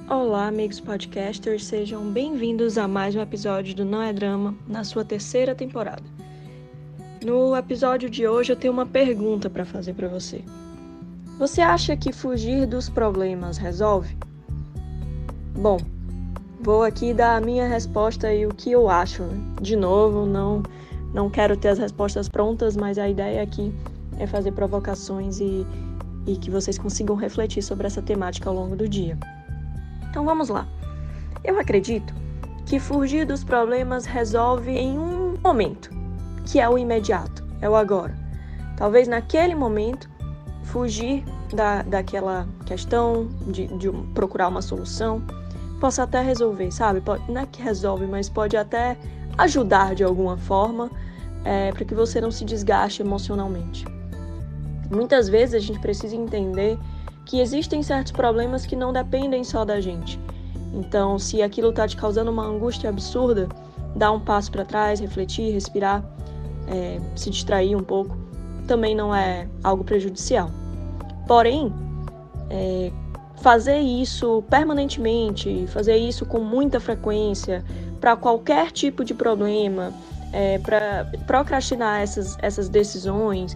Olá, amigos podcasters, sejam bem-vindos a mais um episódio do Não é Drama, na sua terceira temporada. No episódio de hoje eu tenho uma pergunta para fazer para você. Você acha que fugir dos problemas resolve? Bom, vou aqui dar a minha resposta e o que eu acho. De novo, não quero ter as respostas prontas, mas a ideia aqui é fazer provocações e que vocês consigam refletir sobre essa temática ao longo do dia. Então vamos lá. Eu acredito que fugir dos problemas resolve em um momento, que é o imediato, é o agora. Talvez naquele momento, fugir daquela questão de procurar uma solução possa até resolver, sabe? Não é que resolve, mas pode até ajudar de alguma forma para que você não se desgaste emocionalmente. Muitas vezes a gente precisa entender que existem certos problemas que não dependem só da gente. Então, se aquilo está te causando uma angústia absurda, dá um passo para trás, refletir, respirar, se distrair um pouco, também não é algo prejudicial. Porém, fazer isso permanentemente, fazer isso com muita frequência, para qualquer tipo de problema, para procrastinar essas decisões,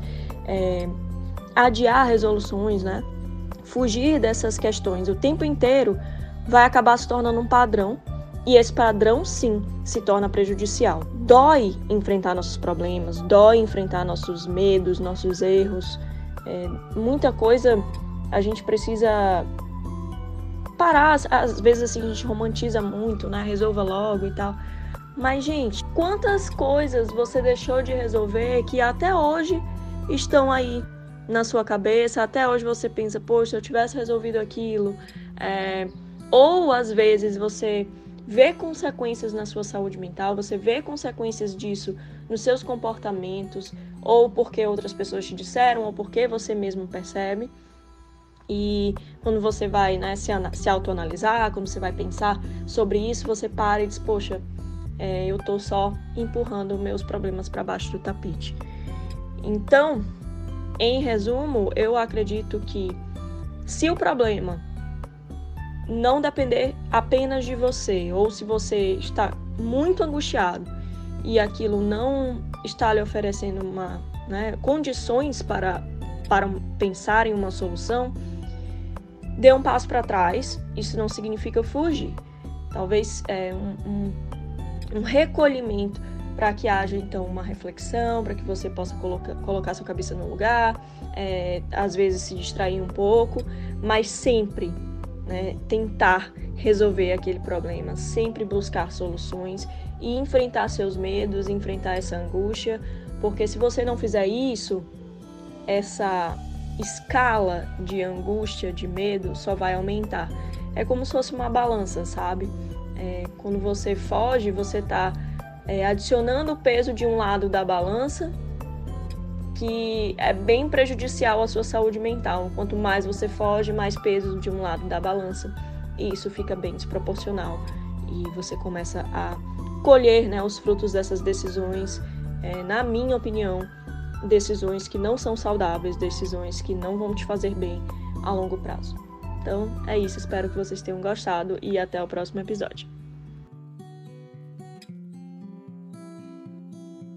adiar resoluções, né? Fugir dessas questões o tempo inteiro vai acabar se tornando um padrão, e esse padrão, sim, se torna prejudicial. Dói enfrentar nossos problemas, dói enfrentar nossos medos, nossos erros. Muita coisa a gente precisa parar, às vezes assim, a gente romantiza muito, né? Resolva logo e tal. Mas, gente, quantas coisas você deixou de resolver que até hoje estão aí na sua cabeça, até hoje você pensa, poxa, se eu tivesse resolvido aquilo, ou às vezes você vê consequências na sua saúde mental, você vê consequências disso nos seus comportamentos, ou porque outras pessoas te disseram, ou porque você mesmo percebe. E quando você vai, né, se autoanalisar, quando você vai pensar sobre isso, você para e diz, poxa, eu tô só empurrando meus problemas para baixo do tapete. Então, em resumo, eu acredito que se o problema não depender apenas de você, ou se você está muito angustiado e aquilo não está lhe oferecendo condições para pensar em uma solução, dê um passo para trás. Isso não significa fugir. Talvez um recolhimento para que haja, então, uma reflexão, para que você possa colocar sua cabeça no lugar, às vezes se distrair um pouco, mas sempre, né, tentar resolver aquele problema, sempre buscar soluções e enfrentar seus medos, enfrentar essa angústia, porque se você não fizer isso, essa escala de angústia, de medo, só vai aumentar. É como se fosse uma balança, sabe? Quando você foge, você está adicionando o peso de um lado da balança, que é bem prejudicial à sua saúde mental. Quanto mais você foge, mais peso de um lado da balança, e isso fica bem desproporcional, e você começa a colher, né, os frutos dessas decisões, na minha opinião, decisões que não são saudáveis, decisões que não vão te fazer bem a longo prazo. Então é isso, espero que vocês tenham gostado e até o próximo episódio.